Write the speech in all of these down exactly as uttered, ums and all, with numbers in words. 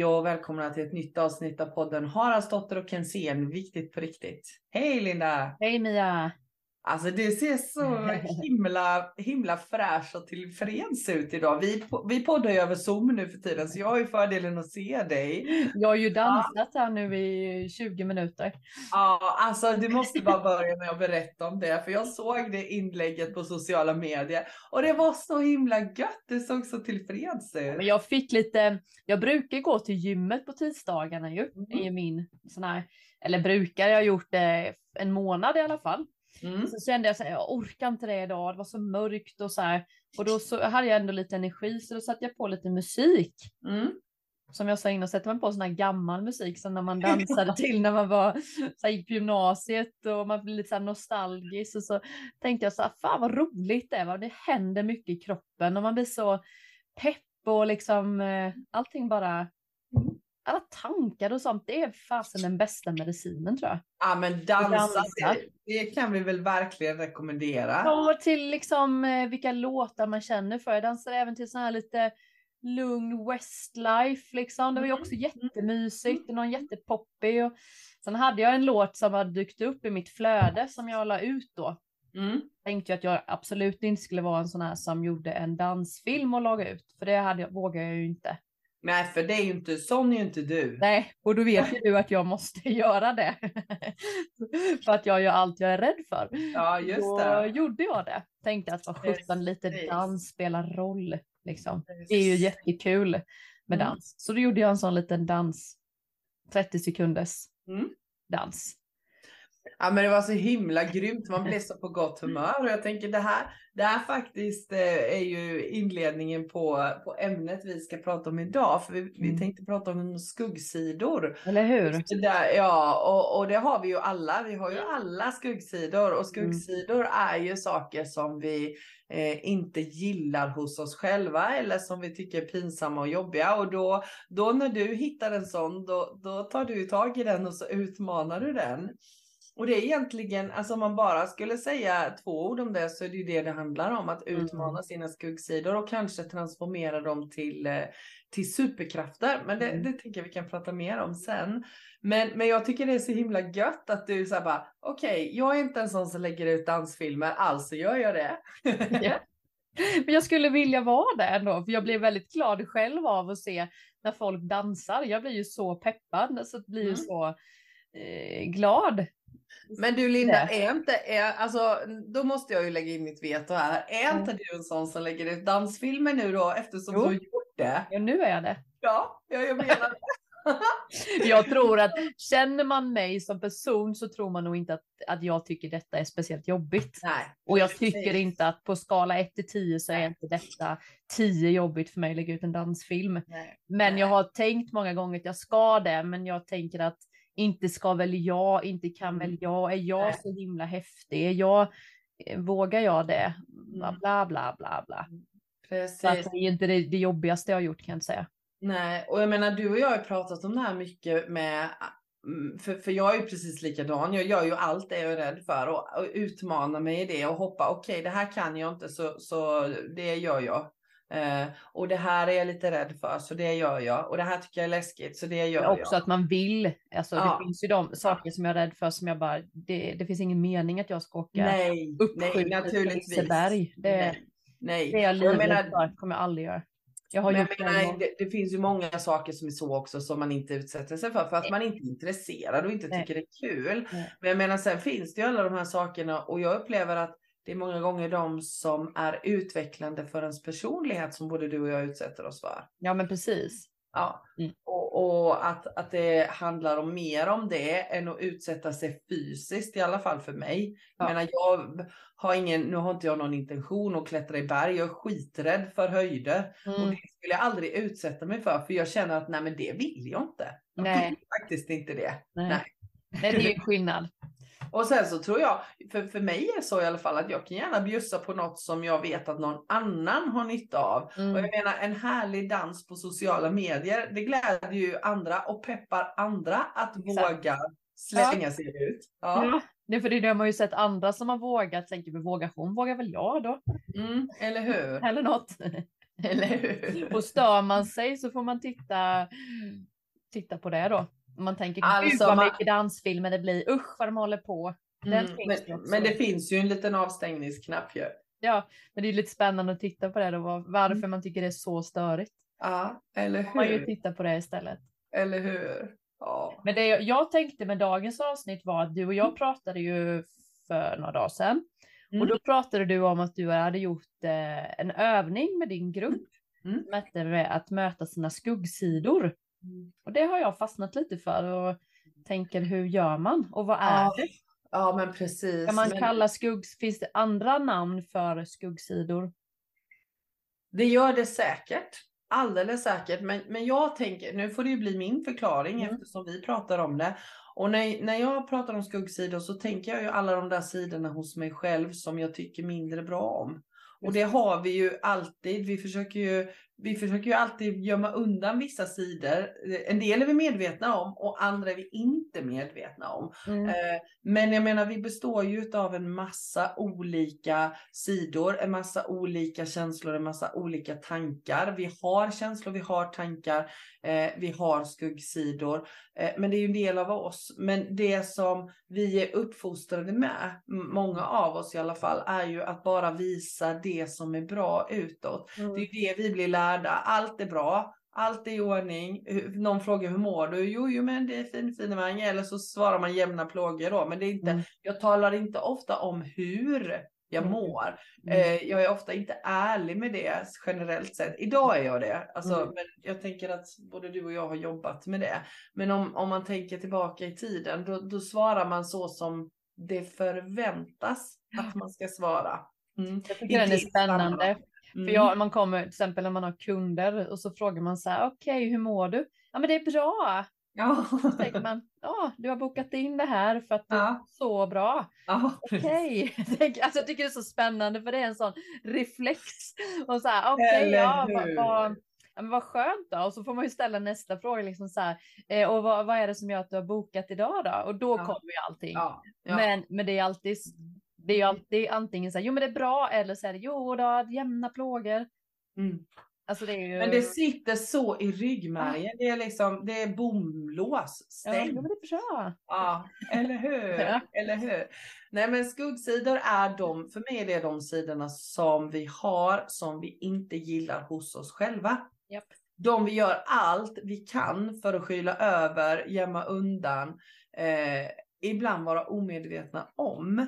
Hej och välkomna till ett nytt avsnitt av podden Haraldsdotter och Kensén, viktigt på riktigt. Hej Linda! Hej Mia! Alltså det ser så himla, himla fräsch och tillfreds ut idag. Vi, vi poddar ju över Zoom nu för tiden, så jag har ju fördelen att se dig. Jag har ju dansat ja. här nu i tjugo minuter. Ja, alltså du måste bara börja med att berätta om det. För jag såg det inlägget på sociala medier. Och det var så himla gött. Det såg så tillfreds ut. Men jag fick lite, jag brukar gå till gymmet på tisdagarna ju. Mm. I min sån här, eller brukar, jag har gjort det en månad i alla fall. Mm. Så kände jag så här, jag orkar inte det idag. Det var så mörkt och så här. Och då så hade jag ändå lite energi, så då satte jag på lite musik. Mm. Som jag sa innan, sätter man på sån här gammal musik som när man dansade till när man var så här, gick på gymnasiet och man blev lite så här nostalgisk. Och så tänkte jag så här, fan vad roligt det var. Det händer mycket i kroppen och man blir så pepp och liksom allting bara, alla tankar och sånt. Det är fasen den bästa medicinen, tror jag. Ja, men dansa, det, det kan vi väl verkligen rekommendera. Ja, till liksom vilka låtar man känner för. Jag dansar även till sån här lite lugn Westlife liksom. Det var ju också jättemysigt och någon jättepoppig. Och sen hade jag en låt som hade dykt upp i mitt flöde som jag la ut då. Mm. Tänkte jag att jag absolut inte skulle vara en sån här som gjorde en dansfilm och laga ut. För det hade jag, vågar jag ju inte. Nej, för det är ju inte, sån är ju inte du. Nej, och då vet ju du att jag måste göra det. För att jag gör allt jag är rädd för. Ja, just då det. Då gjorde jag det. Tänkte att vad sjutton, lite dans spelar roll. Liksom. Det är ju jättekul med dans. Mm. Så då gjorde jag en sån liten dans. trettio sekunders mm. dans. Ja, men det var så himla grymt. Man blev så på gott humör. Och jag tänker det här, det här faktiskt är ju inledningen på, på ämnet vi ska prata om idag. För vi, mm. vi tänkte prata om skuggsidor. Eller hur? Det där, ja, och, och det har vi ju alla. Vi har ju alla skuggsidor. Och skuggsidor mm. är ju saker som vi eh, inte gillar hos oss själva. Eller som vi tycker är pinsamma och jobbiga. Och då, då när du hittar en sån, då, då tar du tag i den och så utmanar du den. Och det är egentligen, alltså om man bara skulle säga två ord om det, så är det ju det det handlar om. Att utmana mm. sina skuggsidor och kanske transformera dem till, till superkrafter. Men det, mm. det tänker jag vi kan prata mer om sen. Men, men jag tycker det är så himla gött att du säger bara, okej, okay, jag är inte en sån som lägger ut dansfilmer, alltså gör jag det. Ja. Men jag skulle vilja vara det ändå, för jag blir väldigt glad själv av att se när folk dansar. Jag blir ju så peppad, så blir mm. ju så eh, glad. Men du Linda, är inte, är, alltså, då måste jag ju lägga in mitt veto här. Är mm. inte du en sån som lägger ut dansfilmer nu då, eftersom jo. du har gjort det? Ja, nu är jag det. Ja, jag, jag menar det. Jag tror att känner man mig som person så tror man nog inte att, att jag tycker detta är speciellt jobbigt. Nej, och jag tycker inte att på skala ett till tio så är inte detta tio jobbigt för mig att lägga ut en dansfilm. Nej. Men jag har tänkt många gånger att jag ska det, men jag tänker att inte ska väl jag, inte kan väl jag, är jag Nej. så himla häftig, är jag, vågar jag det, bla bla bla bla bla. Precis. Så att det är inte det, det jobbigaste jag har gjort, kan jag säga. Nej, och jag menar du och jag har pratat om det här mycket med, för, för jag är ju precis likadan, jag gör ju allt det jag är rädd för och, och utmanar mig i det och hoppa, okej okay, det här kan jag inte, så, så det gör jag. Uh, och det här är jag lite rädd för, så det gör jag. Och det här tycker jag är läskigt, så det gör jag. Också att man vill, alltså ja. det finns ju de saker ja. som jag är rädd för som jag bara, det, det finns ingen mening att jag ska åka nej, upp nej, naturligtvis. Liseberg. Det, nej, nej. det är jag livrädd för, kommer jag aldrig göra. Jag har men gjort jag menar, det, det finns ju många saker som är så också som man inte utsätter sig för, för att nej. man inte är intresserad och inte nej. tycker det är kul. Nej. Men jag menar, sen finns det ju alla de här sakerna och jag upplever att det är många gånger de som är utvecklande för ens personlighet som både du och jag utsätter oss för. Ja, men precis. Ja, mm. och, och att, att det handlar om mer om det än att utsätta sig fysiskt, i alla fall för mig. Ja. Jag menar, jag har ingen, nu har inte jag någon intention att klättra i berg, jag är skiträdd för höjder. Mm. Och det skulle jag aldrig utsätta mig för, för jag känner att nej men det vill jag inte. Jag nej. vill faktiskt inte det. Nej, nej. nej det är ju skillnad. Och sen så tror jag, för, för mig är det så i alla fall att jag kan gärna bjussa på något som jag vet att någon annan har nytta av. Mm. Och jag menar, en härlig dans på sociala medier, det gläder ju andra och peppar andra att Exakt. våga slänga ja. sig ut. Ja. Ja. Det är för det har man ju sett andra som har vågat, tänker vi, vågar hon, vågar väl jag då? Mm, eller hur? Eller något. Eller hur? Och stör man sig så får man titta, titta på det då. Om man tänker, Alltså, gud vad man... mycket dansfilmer det blir, usch vad de håller på. Den mm, men, det men det finns ju en liten avstängningsknapp ju. Ja, men det är lite spännande att titta på det då, varför mm. man tycker det är så störigt. Ja, eller hur? Man ju titta på det istället. Eller hur? Ja. Men det jag tänkte med dagens avsnitt var att du och jag pratade ju för några dagar sedan. Mm. Och då pratade du om att du hade gjort eh, en övning med din grupp. Mm. Med att möta sina skuggsidor. Mm. Och det har jag fastnat lite för och tänker, hur gör man? Och vad är ja. det? Ja, men precis. Kan man men... kalla skugg... Finns det andra namn för skuggsidor? Det gör det säkert. Alldeles säkert. Men, men jag tänker, nu får det ju bli min förklaring mm. eftersom vi pratar om det. Och när, när jag pratar om skuggsidor så tänker jag ju alla de där sidorna hos mig själv som jag tycker mindre bra om. Och det har vi ju alltid. Vi försöker ju, vi försöker ju alltid gömma undan vissa sidor. En del är vi medvetna om och andra är vi inte medvetna om. Mm. Eh, men jag menar, vi består ju av en massa olika sidor, en massa olika känslor, en massa olika tankar. Vi har känslor, vi har tankar, eh, vi har skuggsidor. Eh, men det är ju en del av oss. Men det som vi är uppfostrade med, många av oss i alla fall, är ju att bara visa det det som är bra utåt. Mm. Det är det vi blir lärda. Allt är bra. Allt är i ordning. Någon frågar hur mår du? Jo, jo men det är fin finemang. Eller så svarar man jämna plågor då. Men det är inte, mm. jag talar inte ofta om hur jag mår. Mm. Eh, jag är ofta inte ärlig med det generellt sett. Idag är jag det. Alltså, mm. men jag tänker att både du och jag har jobbat med det. Men om, om man tänker tillbaka i tiden. Då, då svarar man så som det förväntas att man ska svara. Mm. Jag tycker det är spännande. Mm. För jag, man kommer till exempel när man har kunder och så frågar man så här, okej, okay, hur mår du? Ja, men det är bra. Ja. Så tänker man, ja, du har bokat in det här för att det ja. är så bra. Ja. Okej. Okay. Alltså jag tycker det är så spännande för det är en sån reflex. Och så här, okej, okay, ja, vad, vad, ja, men vad skönt då. Och så får man ju ställa nästa fråga liksom så här, eh, och vad, vad är det som gör att du har bokat idag då? Och då ja. kommer ju allting. Ja. Ja. Men, men det är alltid... Det är ju alltid antingen så här, jo men det är bra, eller så är det, jo då, jämna plågor. Mm. Alltså det är ju... Men det sitter så i ryggmärgen, ah. det är liksom, det är bomlås, stäng. Ja, men det är bra. Ja, eller hur, ja. eller hur. Nej men skuggsidor är de, för mig är det de sidorna som vi har, som vi inte gillar hos oss själva. Yep. De vi gör allt vi kan för att skyla över, gömma undan, eh, ibland vara omedvetna om.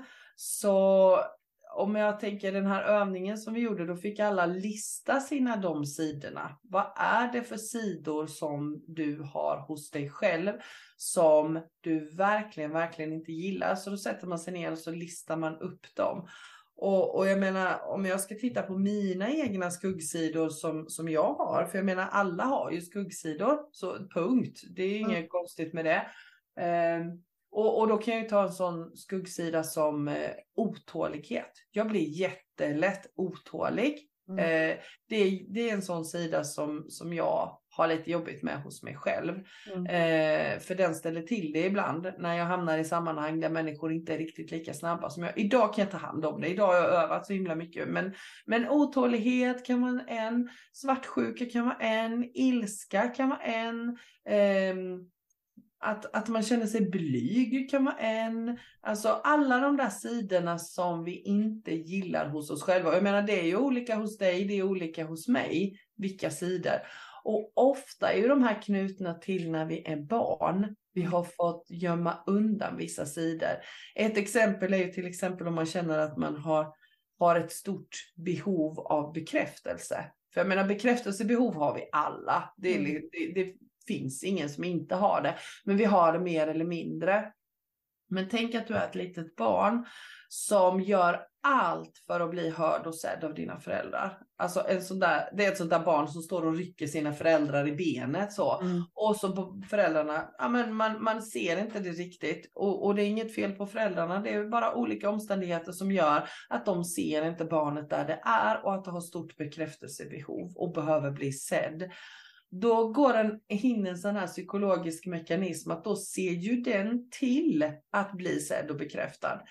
Så om jag tänker den här övningen som vi gjorde, då fick alla lista sina de sidorna. Vad är det för sidor som du har hos dig själv som du verkligen, verkligen inte gillar? Så då sätter man sig ner och så listar man upp dem. Och, och jag menar, om jag ska titta på mina egna skuggsidor som, som jag har, för jag menar alla har ju skuggsidor, så punkt. Det är inget mm. konstigt med det. Um, Och, och då kan jag ju ta en sån skuggsida som eh, otålighet. Jag blir jättelätt otålig. Mm. Eh, det, är, det är en sån sida som, som jag har lite jobbigt med hos mig själv. Mm. Eh, för den ställer till det ibland när jag hamnar i sammanhang där människor inte är riktigt lika snabba som jag. Idag kan jag ta hand om det. Idag har jag övat så himla mycket. Men, men otålighet kan vara en. Svartsjuka kan vara en. Ilska kan vara en. Eh, Att, att man känner sig blyg kan vara en. Alltså alla de där sidorna som vi inte gillar hos oss själva. Jag menar det är ju olika hos dig, det är olika hos mig. Vilka sidor. Och ofta är ju de här knutna till när vi är barn. Vi har fått gömma undan vissa sidor. Ett exempel är ju till exempel om man känner att man har, har ett stort behov av bekräftelse. För jag menar bekräftelsebehov har vi alla. Det är mm. det, det finns ingen som inte har det. Men vi har det mer eller mindre. Men tänk att du är ett litet barn som gör allt för att bli hörd och sedd av dina föräldrar. Alltså en sån där, det är ett sånt där barn som står och rycker sina föräldrar i benet så. Mm. Och så på föräldrarna, ja men man, man ser inte det riktigt. Och, och det är inget fel på föräldrarna. Det är bara olika omständigheter som gör att de ser inte barnet där det är. Och att det har stort bekräftelsebehov och behöver bli sedd. Då går den in en sån här psykologisk mekanism att då ser ju den till att bli sedd och bekräftad.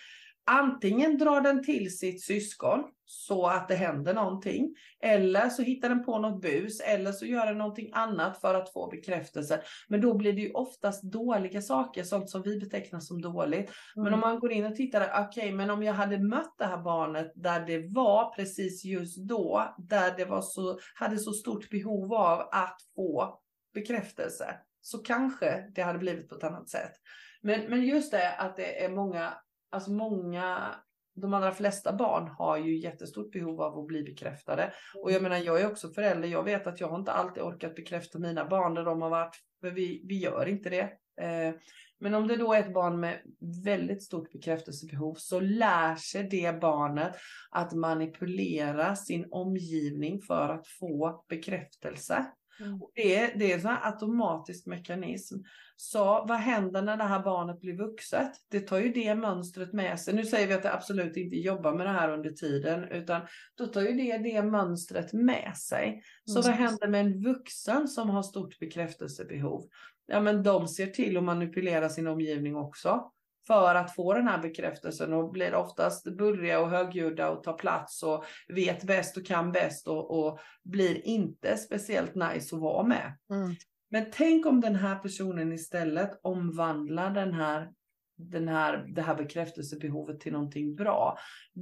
antingen drar den till sitt syskon så att det händer någonting. Eller så hittar den på något bus. Eller så gör den någonting annat för att få bekräftelse. Men då blir det ju oftast dåliga saker. Sånt som vi betecknar som dåligt. Mm. Men om man går in och tittar. Okej, okay, men om jag hade mött det här barnet där det var precis just då. Där det var så, hade så stort behov av att få bekräftelse. Så kanske det hade blivit på ett annat sätt. Men, men just det att det är många... Alltså många, de allra flesta barn har ju jättestort behov av att bli bekräftade. Och jag menar, jag är också förälder. Jag vet att jag har inte alltid orkat bekräfta mina barn där de har varit. För vi, vi gör inte det. Eh, men om det då är ett barn med väldigt stort bekräftelsebehov så lär sig det barnet att manipulera sin omgivning för att få bekräftelse. Mm. Det, är, det är en sån här automatisk mekanism. Så vad händer när det här barnet blir vuxet? Det tar ju det mönstret med sig. Nu säger vi att det absolut inte jobbar med det här under tiden. Utan då tar ju det det mönstret med sig. Så mm. vad händer med en vuxen som har stort bekräftelsebehov? Ja, men de ser till att manipulera sin omgivning också. För att få den här bekräftelsen och blir oftast bullriga och högljudda och tar plats och vet bäst och kan bäst och, och blir inte speciellt nice att vara med. Mm. Men tänk om den här personen istället omvandlar den här, den här, det här bekräftelsebehovet till någonting bra.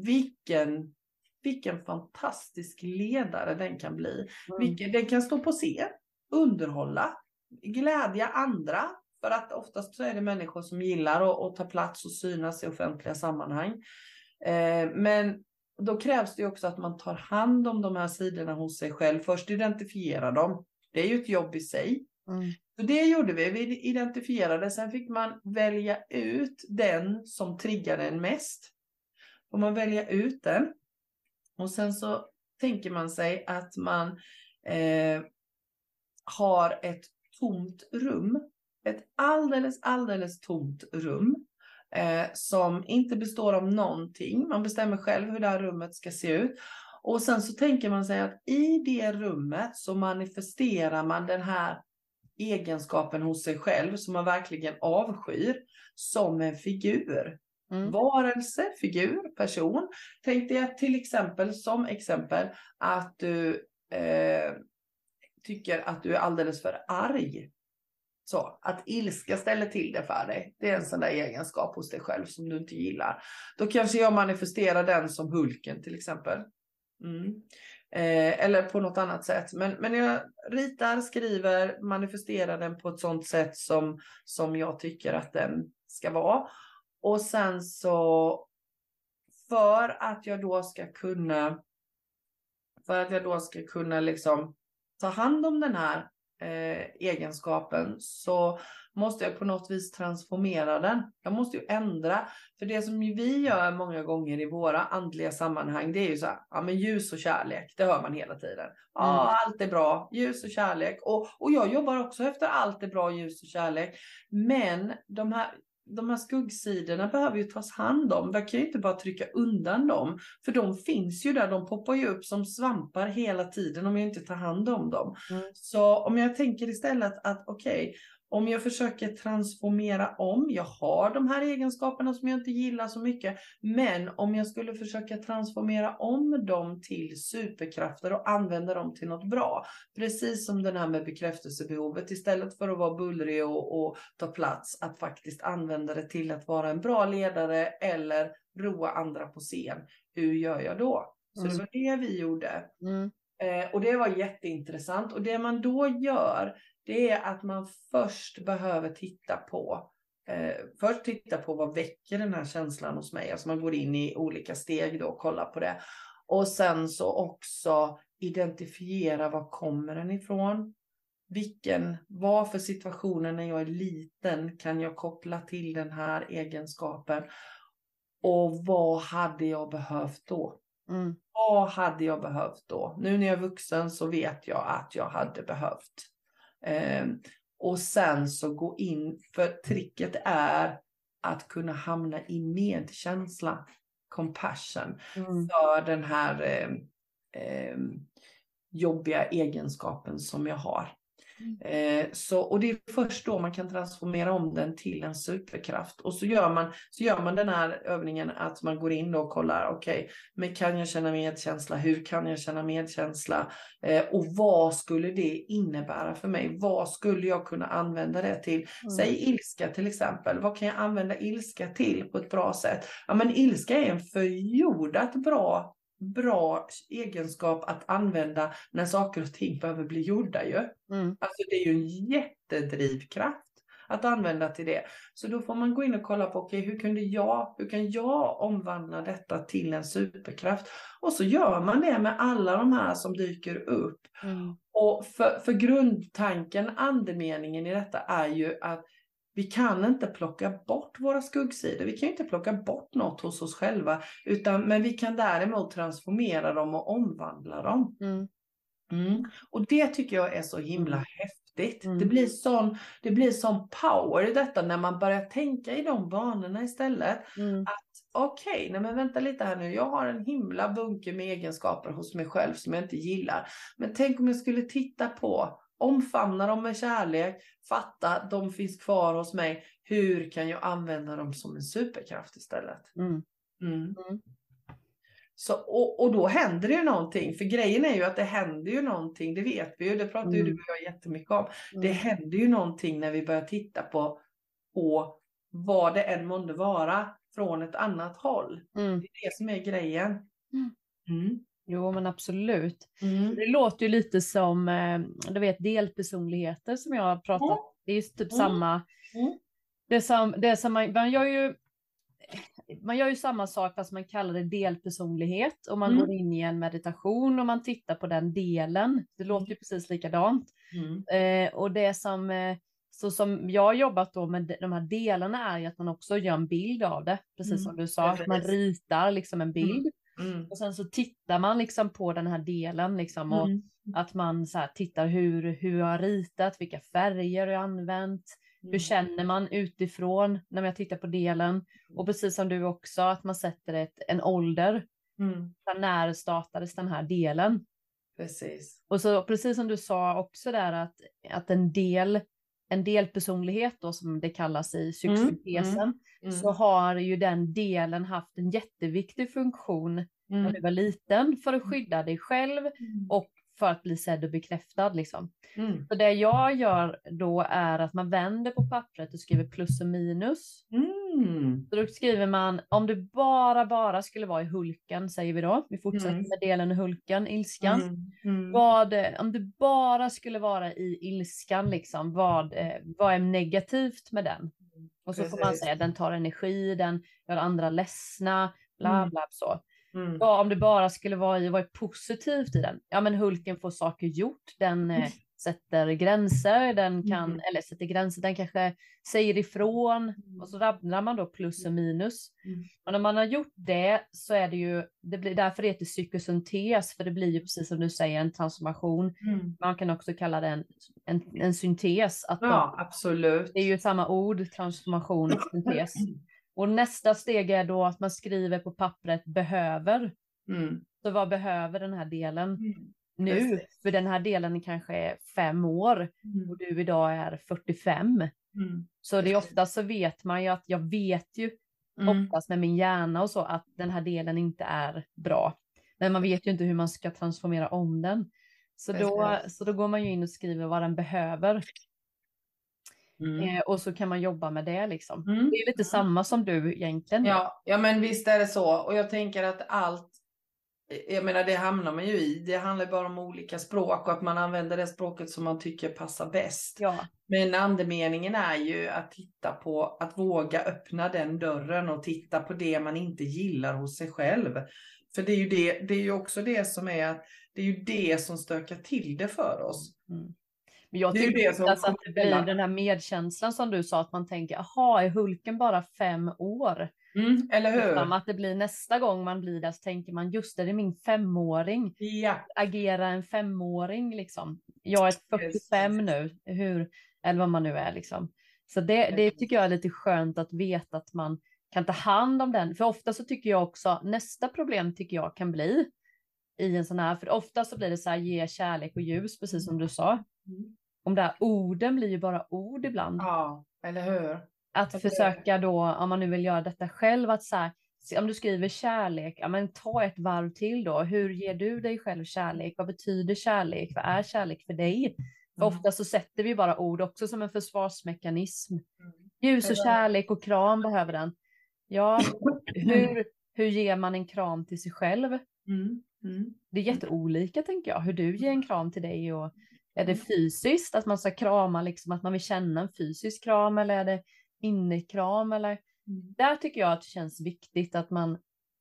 Vilken, vilken fantastisk ledare den kan bli. Mm. Vilken, den kan stå på scen, underhålla, glädja andra. För att oftast så är det människor som gillar att, att ta plats och synas i offentliga sammanhang. Eh, men då krävs det också att man tar hand om de här sidorna hos sig själv. Först identifiera dem. Det är ju ett jobb i sig. Mm. Så det gjorde vi. Vi identifierade. Sen fick man välja ut den som triggade en mest. Och man välja ut den. Och sen så tänker man sig att man eh, har ett tomt rum. Ett alldeles, alldeles tomt rum eh, som inte består av någonting. Man bestämmer själv hur det här rummet ska se ut. Och sen så tänker man sig att i det rummet så manifesterar man den här egenskapen hos sig själv som man verkligen avskyr som en figur. Mm. Varelse, figur, person. Tänk dig att till exempel, som exempel, att du eh, tycker att du är alldeles för arg. Så, att ilska ställer till det för dig. Det är en sån där egenskap hos dig själv som du inte gillar. Då kanske jag manifesterar den som Hulken till exempel. Mm. Eh, eller på något annat sätt. Men, men jag ritar, skriver, manifesterar den på ett sånt sätt som, som jag tycker att den ska vara. Och sen så för att jag då ska kunna för att jag då ska kunna liksom ta hand om den här Eh, egenskapen så måste jag på något vis transformera den. Jag måste ju ändra. För det som vi gör många gånger i våra andliga sammanhang, det är ju så här, ja men ljus och kärlek, det hör man hela tiden. Ja, mm. Allt är bra, ljus och kärlek. Och, och jag jobbar också efter allt är bra, ljus och kärlek. Men de här De här skuggsidorna behöver ju tas hand om. Vi kan ju inte bara trycka undan dem. För de finns ju där. De poppar ju upp som svampar hela tiden om jag inte tar hand om dem. Mm. Så om jag tänker istället att okej, okay, om jag försöker transformera om. Jag har de här egenskaperna som jag inte gillar så mycket. Men om jag skulle försöka transformera om dem till superkrafter och använda dem till något bra. Precis som den här med bekräftelsebehovet. Istället för att vara bullrig och, och ta plats. Att faktiskt använda det till att vara en bra ledare. Eller roa andra på scen. Hur gör jag då? Så mm. det var det vi gjorde. Mm. Eh, och det var jätteintressant. Och det man då gör, det är att man först behöver titta på. Eh, först titta på vad väcker den här känslan hos mig. Alltså man går in i olika steg då och kollar på det. Och sen så också identifiera var kommer den ifrån. Vilken, vad för situationen när jag är liten kan jag koppla till den här egenskapen. Och vad hade jag behövt då? Mm. Vad hade jag behövt då? Nu när jag är vuxen så vet jag att jag hade behövt. Eh, och sen så gå in, för tricket är att kunna hamna i medkänsla, compassion, mm. för den här eh, eh, jobbiga egenskapen som jag har. Eh, så, och det är först då man kan transformera om den till en superkraft. Och så gör man, så gör man den här övningen att man går in och kollar, okej, okay, men kan jag känna medkänsla? Hur kan jag känna medkänsla? Eh, och vad skulle det innebära för mig? Vad skulle jag kunna använda det till? Mm. Säg ilska till exempel. Vad kan jag använda ilska till på ett bra sätt? Ja, men ilska är en förjordat bra bra egenskap att använda när saker och ting behöver bli gjorda ju. Mm. Alltså det är ju en jättedrivkraft att använda till det. Så då får man gå in och kolla på, okej, okay, hur kunde jag, hur kan jag omvandla detta till en superkraft? Och så gör man det med alla de här som dyker upp. Mm. Och för, för grundtanken, andemeningen i detta är ju att vi kan inte plocka bort våra skuggsidor. Vi kan inte plocka bort något hos oss själva. Utan, men vi kan däremot transformera dem och omvandla dem. Mm. Mm. Och det tycker jag är så himla mm. häftigt. Mm. Det blir sån, det blir sån power i detta när man börjar tänka i de banorna istället. Mm. Att okej, okay, nej men vänta lite här nu. Jag har en himla bunke med egenskaper hos mig själv som jag inte gillar. Men tänk om jag skulle titta på, omfamna dem med kärlek, fatta de finns kvar hos mig. Hur kan jag använda dem som en superkraft istället? Mm. Mm. Mm. Så, och, och då händer det ju någonting. För grejen är ju att det händer ju någonting. Det vet vi ju. Det pratar ju mm. du och jag jättemycket om. Mm. Det händer ju någonting när vi börjar titta på, på vad det än måste vara från ett annat håll. Mm. Det är det som är grejen. Mm. Mm. Jo, men absolut. Mm. Det låter ju lite som, du vet, delpersonligheter som jag har pratat. Mm. Det är ju typ mm. samma. Mm. Det som, det som man, man gör ju man gör ju samma sak fast man kallar det delpersonlighet. Och man mm. går in i en meditation och man tittar på den delen. Det låter ju precis likadant. Mm. Eh, och det som, så som jag har jobbat då med de här delarna är ju att man också gör en bild av det. Precis mm. som du sa, att man ritar liksom en bild. Mm. Mm. Och sen så tittar man liksom på den här delen liksom, och mm. att man så här tittar hur, hur jag har ritat, vilka färger jag har använt, mm. hur känner man utifrån när jag tittar på delen, och precis som du också, att man sätter ett, en ålder, mm. när startades den här delen. Precis. Och så precis som du sa också där att, att en del en delpersonlighet då, som det kallas i psykosyntesen, mm. mm. så har ju den delen haft en jätteviktig funktion mm. när du var liten för att skydda dig själv mm. och för att bli sedd och bekräftad liksom. Mm. Så det jag gör då är att man vänder på pappret och skriver plus och minus. Mm. Så då skriver man, om du bara bara skulle vara i hulken, säger vi då. Vi fortsätter mm. med delen i hulken, ilskan. Mm. Mm. Vad, om du bara skulle vara i ilskan liksom, vad, vad är negativt med den? Och så Precis. Får man säga, den tar energi, den gör andra ledsna, bla bla så. Mm. Ja, om du bara skulle vara i vad är positivt i den? Ja, men hulken får saker gjort. Den eh, sätter gränser. Den kan, mm. eller sätter gränser. Den kanske säger ifrån. Mm. Och så rabblar man då plus och minus. Mm. Och när man har gjort det så är det ju, det blir, därför det heter psykosyntes. För det blir ju precis som du säger en transformation. Mm. Man kan också kalla det en, en, en syntes. Att ja, de, absolut. Det är ju samma ord, transformation och syntes. Och nästa steg är då att man skriver på pappret behöver. Mm. Så vad behöver den här delen mm. nu? Precis. För den här delen kanske är fem år. Mm. Och du idag är fyrtiofem. Mm. Så det är ofta så vet man ju att jag vet ju mm. oftast med min hjärna och så att den här delen inte är bra. Men man vet ju inte hur man ska transformera om den. Så då, så då går man ju in och skriver vad den behöver. Mm. Eh, och så kan man jobba med det liksom. Mm. Det är lite samma som du egentligen. Ja, ja, men visst är det så. Och jag tänker att allt, jag menar det hamnar man ju i. Det handlar bara om olika språk och att man använder det språket som man tycker passar bäst. Ja. Men andemeningen är ju att titta på, att våga öppna den dörren och titta på det man inte gillar hos sig själv. För det är ju, det, det är ju också det som är att det är ju det som stökar till det för oss. Mm. Men jag tycker det det alltså att det blir den här medkänslan som du sa, att man tänker, aha, är hulken bara fem år? Mm, eller hur? Som att det blir nästa gång man blir där så tänker man, just det, det är min femåring. Ja. Agera en femåring liksom. Jag är fyrtiofem yes. nu, hur, eller vad man nu är liksom. Så det, det tycker jag är lite skönt att veta att man kan ta hand om den. För ofta så tycker jag också, nästa problem tycker jag kan bli i en sån här, för ofta så blir det så här, ge kärlek och ljus, precis som du sa. Mm. om det här orden blir ju bara ord ibland. Ja, eller hur? Att eller försöka då, om man nu vill göra detta själv, att så här, om du skriver kärlek, ja men ta ett varv till då. Hur ger du dig själv kärlek? Vad betyder kärlek? Vad är kärlek för dig? För Mm. ofta så sätter vi bara ord också som en försvarsmekanism. Mm. Ljus och kärlek och kram behöver den. Ja, hur, hur ger man en kram till sig själv? Mm. Mm. Det är jätteolika tänker jag, hur du ger en kram till dig. Och är det fysiskt, att man ska krama, liksom att man vill känna en fysisk kram, eller är det innekram? Eller... Mm. Där tycker jag att det känns viktigt att man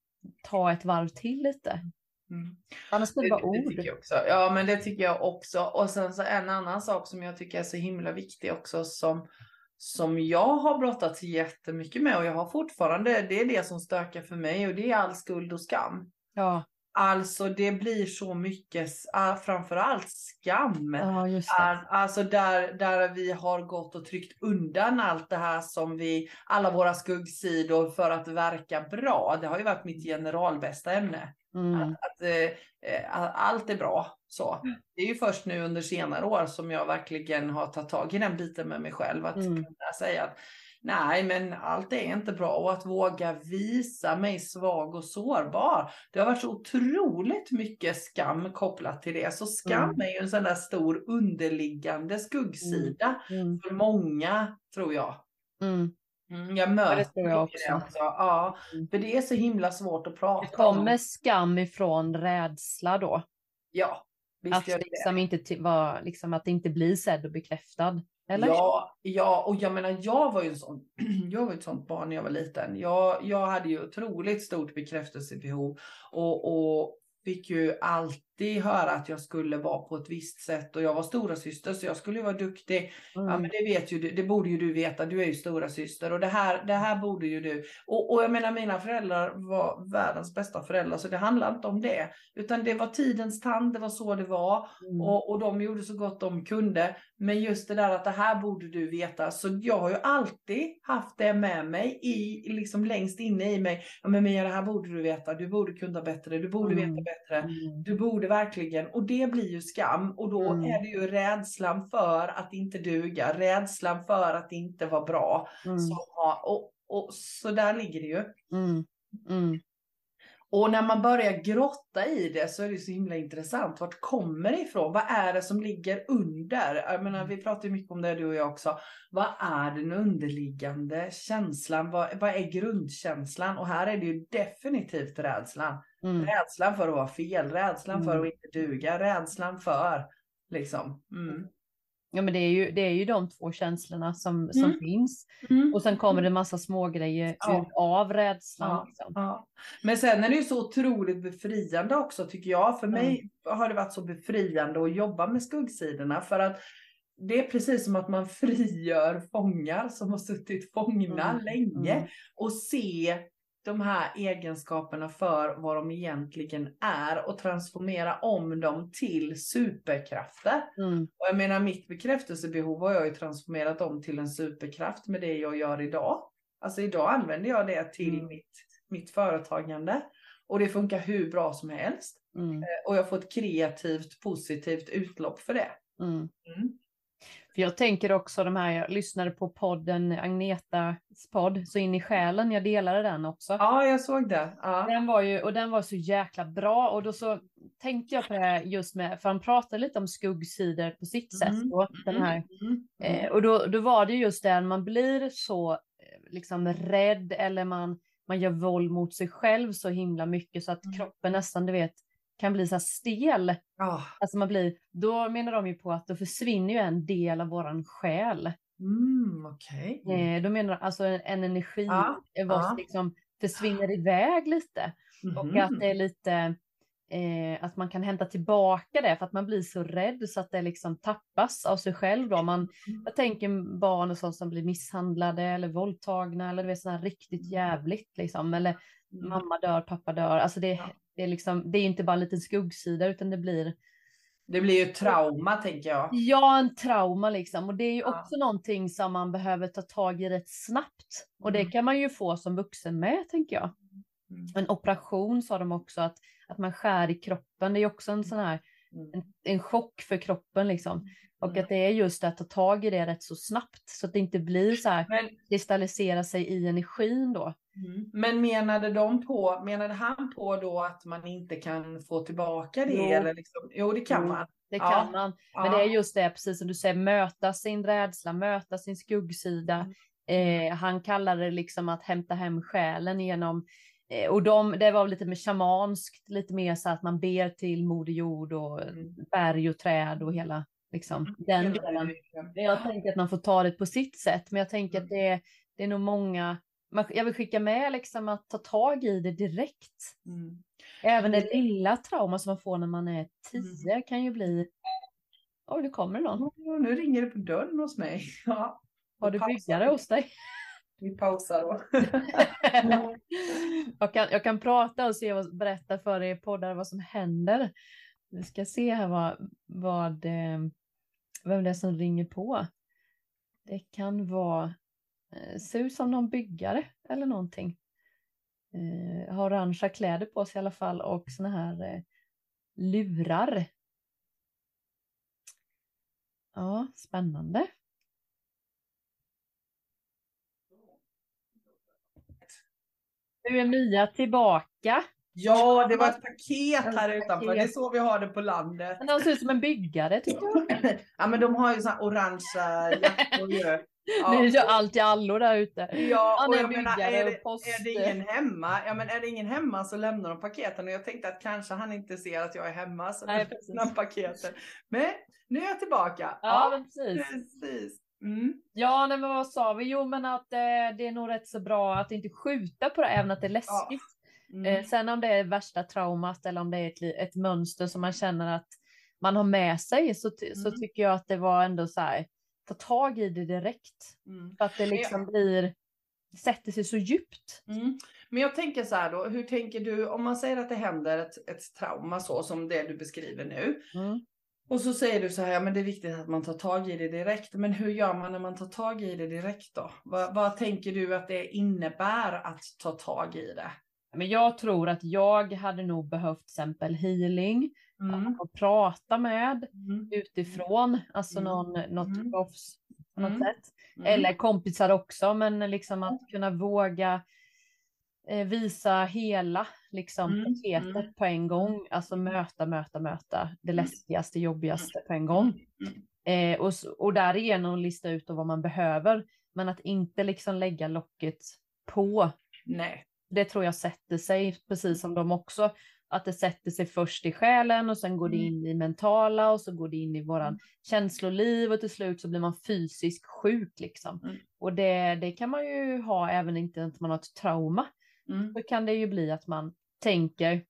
tar ett varv till lite. Mm. Annars blir det bara ord. Det tycker jag också. Ja, men det tycker jag också. Och sen så en annan sak som jag tycker är så himla viktig också, som, som jag har brottats jättemycket med, och jag har fortfarande, det är det som stökar för mig, och det är all skuld och skam. Ja. Alltså det blir så mycket, framförallt skam. Ja, just det. Alltså där, där vi har gått och tryckt undan allt det här som vi, alla våra skuggsidor för att verka bra. Det har ju varit mitt generalbästa ämne. Mm. Att, att, att allt är bra. Så. Det är ju först nu under senare år som jag verkligen har tagit tag i den biten med mig själv. Att mm. kunna säga att nej, men allt är inte bra, och att våga visa mig svag och sårbar. Det har varit så otroligt mycket skam kopplat till det. Så skam mm. är ju en sån där stor underliggande skuggsida mm. Mm. för många, tror jag. Mm. Mm, jag möter det, tror jag också. det också. Ja, för det är så himla svårt att prata om. Det kommer om. skam ifrån rädsla då. Ja, visst att, gör det. Liksom inte var, liksom att det inte blir sedd och bekräftad. Eller? Ja, ja, och jag menar, jag var ju en sån, jag var ett sånt barn när jag var liten. Jag, jag hade ju otroligt stort bekräftelsebehov, och, och fick ju alltid höra att jag skulle vara på ett visst sätt, och jag var stora syster, så jag skulle ju vara duktig. Mm. Ja, men det vet ju du, det borde ju du veta, du är ju stora syster, och det här, det här borde ju du. Och, och jag menar, mina föräldrar var världens bästa föräldrar, så det handlar inte om det, utan det var tidens tand, det var så det var. Mm. och, och de gjorde så gott de kunde, men just det där att det här borde du veta, så jag har ju alltid haft det med mig i, liksom längst inne i mig. Ja, men Mia, det här borde du veta, du borde kunna bättre, du borde mm. veta bättre, mm. du borde verkligen, och det blir ju skam, och då mm. är det ju rädslan för att inte duga, rädslan för att inte vara bra. Mm. Så, och, och så där ligger det ju. Mm. Mm. Och när man börjar grotta i det, så är det så himla intressant. Vart kommer det ifrån? Vad är det som ligger under? Jag menar, vi pratar ju mycket om det, du och jag också. Vad är den underliggande känslan? Vad, vad är grundkänslan? Och här är det ju definitivt rädslan. Mm. Rädslan för att vara fel. Rädslan mm. för att inte duga. Rädslan för, liksom. Mm. Ja, men det är ju, det är ju de två känslorna som, som mm. finns. Mm. Och sen kommer det en massa små grejer ja. av rädslan. Ja. Liksom. Ja. Men sen är det ju så otroligt befriande också, tycker jag. För mm. mig har det varit så befriande att jobba med skuggsidorna. För att det är precis som att man frigör fångar som har suttit fångna mm. länge. Mm. Och se de här egenskaperna för vad de egentligen är, och transformera om dem till superkrafter. Mm. Och jag menar, mitt bekräftelsebehov har jag ju transformerat om till en superkraft med det jag gör idag. Alltså idag använder jag det till mm. mitt, mitt företagande, och det funkar hur bra som helst. Mm. Och jag får ett kreativt, positivt utlopp för det. Mm. Mm. För jag tänker också, de här, jag lyssnade på podden, Agnetas podd, Så in i själen, jag delade den också. Ja, jag såg det. Ja. Den var ju, och den var så jäkla bra, och då så tänkte jag på det här just med, för han pratade lite om skuggsidor på sitt sätt. Mm. Då, den här. Mm. Mm. Eh, och då, då var det just det, man blir så liksom rädd, eller man, man gör våld mot sig själv så himla mycket, så att mm. kroppen nästan, du vet, kan bli så här stel. Oh. Alltså man blir, då menar de ju på att då försvinner ju en del av våran själ. Mm, okej. Okay. Eh, då menar alltså en, en energi ah, ah. liksom försvinner iväg lite. Mm-hmm. Och att det är lite, eh, att man kan hämta tillbaka det, för att man blir så rädd så att det liksom tappas av sig själv då. Man, mm. Jag tänker barn och sånt som blir misshandlade eller våldtagna, eller det är sådana här riktigt jävligt liksom. Eller mm. mamma dör, pappa dör. Alltså det ja. Det är, liksom, det är inte bara en liten skuggsida, utan det blir... Det blir ju trauma, tänker jag. Ja, en trauma liksom. Och det är ju ja. också någonting som man behöver ta tag i rätt snabbt. Och det kan man ju få som vuxen med, tänker jag. Mm. En operation sa de också, att, att man skär i kroppen. Det är också en sån här, mm. en, en chock för kroppen liksom. Och Mm. att det är just att ta tag i det rätt så snabbt. Så att det inte blir så här, Men, kristallisera sig i energin då. mm. Men menade de på, menade han på då att man inte kan få tillbaka det? Jo. Eller liksom, jo, det kan Jo, man. det Ja. kan man. Men Ja. det är just det, precis som du säger, möta sin rädsla, möta sin skuggsida. Eh, han kallar det liksom att hämta hem själen genom, eh, och de, det var lite mer shamanskt, lite mer så att man ber till moder jord och Mm. berg och träd och hela liksom Mm. den Ja, delen. ja. Men jag tänker att man får ta det på sitt sätt, men jag tänker Mm. att det är, det är nog många, man, jag vill skicka med liksom att ta tag i det direkt. Mm. Även det lilla trauma som man får när man är tio Mm. kan ju bli, oj, nu kommer det någon. Oh, nu ringer det på dörren hos mig. Ja. Har du byggare hos dig? Vi pausar då. jag, kan, jag kan prata och se och berätta för er poddar vad som händer. Vi ska se här vad, vad eh, vem det är som ringer på. Det kan vara eh, ser ut som någon byggare eller någonting. Eh, har orangea kläder på sig i alla fall och såna här eh, lurar. Ja, spännande. Nu är Mia tillbaka. Ja, det var ett paket här Ett utanför. paket. Det är så vi har det på landet. Men de ser ut som en byggare tycker jag. Ja, men de har ju så här orangea jackor ju. Ja. Ni gör allt i allo där ute. Ja, Han och är jag menar, byggare är och det, post. är det ingen hemma? Ja, men är det ingen hemma så lämnar de paketen. Och jag tänkte att kanske han inte ser att jag är hemma så Nej, lämnar de paketen. Men nu är jag tillbaka. Ja, men precis. precis. Mm. Ja, nej, men vad sa vi? Jo, men att eh, det är nog rätt så bra att inte skjuta på det, även att det är läskigt. Ja. Mm. Eh, sen om det är värsta traumat eller om det är ett, li- ett mönster som man känner att man har med sig så, ty- så Mm. tycker jag att det var ändå så här, ta tag i det direkt. Mm. För att det liksom blir, sätter sig så djupt. Mm. Men jag tänker så här då, hur tänker du om man säger att det händer ett, ett trauma så som det du beskriver nu. Mm. Och så säger du så här, ja men det är viktigt att man tar tag i det direkt. Men hur gör man när man tar tag i det direkt då? Vad, vad tänker du att det innebär att ta tag i det? Men jag tror att jag hade nog behövt till exempel healing. Mm. Att prata med Mm. utifrån. Alltså Mm. någon, något Mm. proffs på något Mm. sätt. Mm. Eller kompisar också. Men liksom att kunna våga eh, visa hela liksom, Mm. paketet Mm. på en gång. Alltså möta, möta, möta. Det Mm. läskigaste, jobbigaste på en gång. Mm. Eh, och, s- och därigenom lista ut vad man behöver. Men att inte liksom lägga locket på. Nej. Det tror jag sätter sig, precis som de också. Att det sätter sig först i själen och sen går det Mm. in i mentala och så går det in i våran Mm. känsloliv och till slut så blir man fysiskt sjuk liksom. Mm. Och det, det kan man ju ha även inte att man har ett trauma. Mm. Så kan det ju bli att man tänker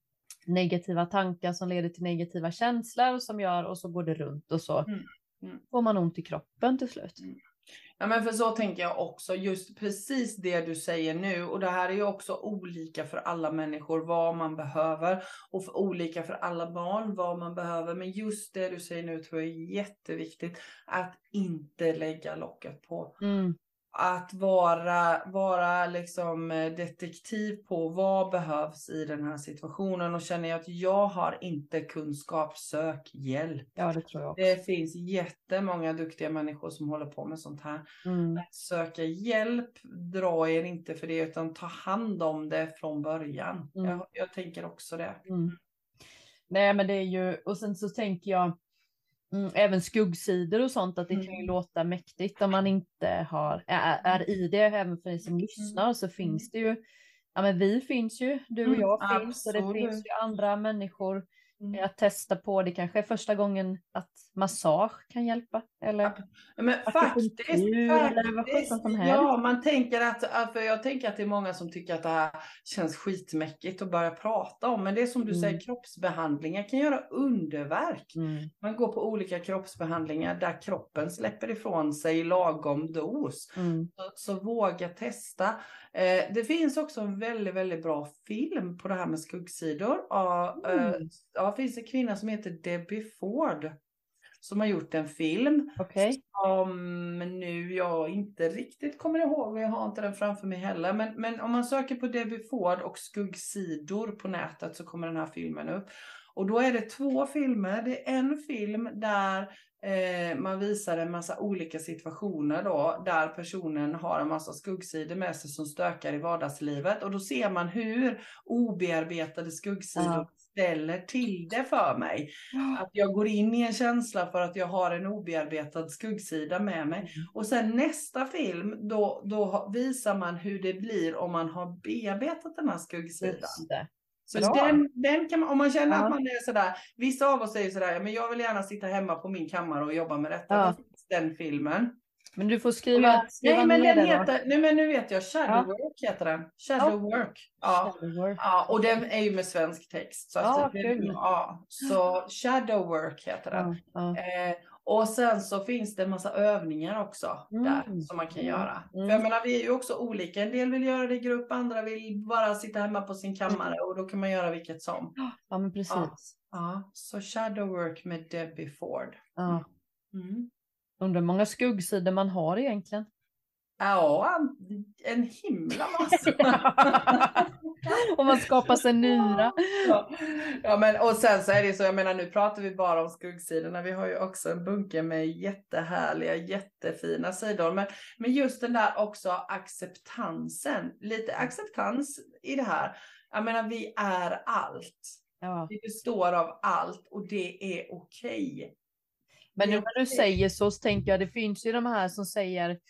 negativa tankar som leder till negativa känslor och som gör och så går det runt och så Mm. Mm. får man ont i kroppen till slut. Mm. Ja, men för så tänker jag också, just precis det du säger nu, och det här är ju också olika för alla människor vad man behöver och för olika för alla barn vad man behöver, men just det du säger nu tror jag är jätteviktigt, att inte lägga locket på. Mm. Att vara, vara liksom detektiv på vad behövs i den här situationen, och känner jag att jag har inte kunskap, sök hjälp. Ja, det tror jag också. Det finns jättemånga duktiga människor som håller på med sånt här. Mm. Att söka hjälp, dra er inte för det, utan ta hand om det från början. Mm. Jag, jag tänker också det. Mm. Nej, men det är ju, och sen så tänker jag mm, även skuggsidor och sånt, att det Mm. kan ju låta mäktigt om man inte har, är, är i det. Även för er som lyssnar så finns det ju, ja men vi finns ju, du och jag Mm, finns, och det absolut. finns ju andra människor Mm. att testa på. Det kanske är första gången att massage kan hjälpa, eller Men faktiskt, akupunktur, eller vad faktiskt sjutton som helst. ja, man tänker att, för jag tänker att det är många som tycker att det här känns skitmäckigt att börja prata om, men det är som du Mm. säger, kroppsbehandlingar kan göra underverk. Mm. Man går på olika kroppsbehandlingar där kroppen släpper ifrån sig lagom dos. Mm. Så, så våga testa. Eh, det finns också en väldigt, väldigt bra film på det här med skuggsidor. Ja, Mm. eh, ja, det finns en kvinna som heter Debbie Ford som har gjort en film. Okej. Som nu jag inte riktigt kommer ihåg, och jag har inte den framför mig heller. Men, men om man söker på Debbie Ford och skuggsidor på nätet så kommer den här filmen upp. Och då är det två filmer. Det är en film där Eh, man visar en massa olika situationer då, där personen har en massa skuggsidor med sig som stökar i vardagslivet. Och då ser man hur obearbetade skuggsidor Ja. ställer till det för mig. Att jag går in i en känsla för att jag har en obearbetad skuggsida med mig. Mm. Och sen nästa film, då, då visar man hur det blir om man har bearbetat den här skuggsidan. Just det. Så Bra. den, den kan man, om man känner Ja. att man är sådär, vissa av oss säger sådär, men jag vill gärna sitta hemma på min kammare och jobba med detta. Ja. Då finns den filmen. Men du får skriva, skriva Nej, men ner den det då. heter, nej men nu vet jag, Shadow Ja. Work heter den. Shadow Work. Ja. Shadow work. Ja, och den är ju med svensk text. Så, Ja, att det, kul. ja, så Shadow Work heter den. Ja, ja. Eh, och sen så finns det en massa övningar också Mm. där som man kan Mm. göra. Mm. För jag menar, vi är ju också olika. En del vill göra det i grupp, andra vill bara sitta hemma på sin kammare Mm. och då kan man göra vilket som. Ja, men precis. Ja. Ja, så Shadow Work med Debbie Ford. Ja. Mm. Undrar hur många skuggsidor man har egentligen. Ja, en himla massa. Om man skapar sig nya. Ja. Ja, men och sen så är det så, jag menar, nu pratar vi bara om skuggsidorna. Vi har ju också en bunke med jättehärliga, jättefina sidor. Men, men just den där också acceptansen. Lite acceptans i det här. Jag menar, vi är allt. Ja. Vi består av allt och det är okej. Men Det nu är när du okej. säger så, så tänker jag, det finns ju de här som säger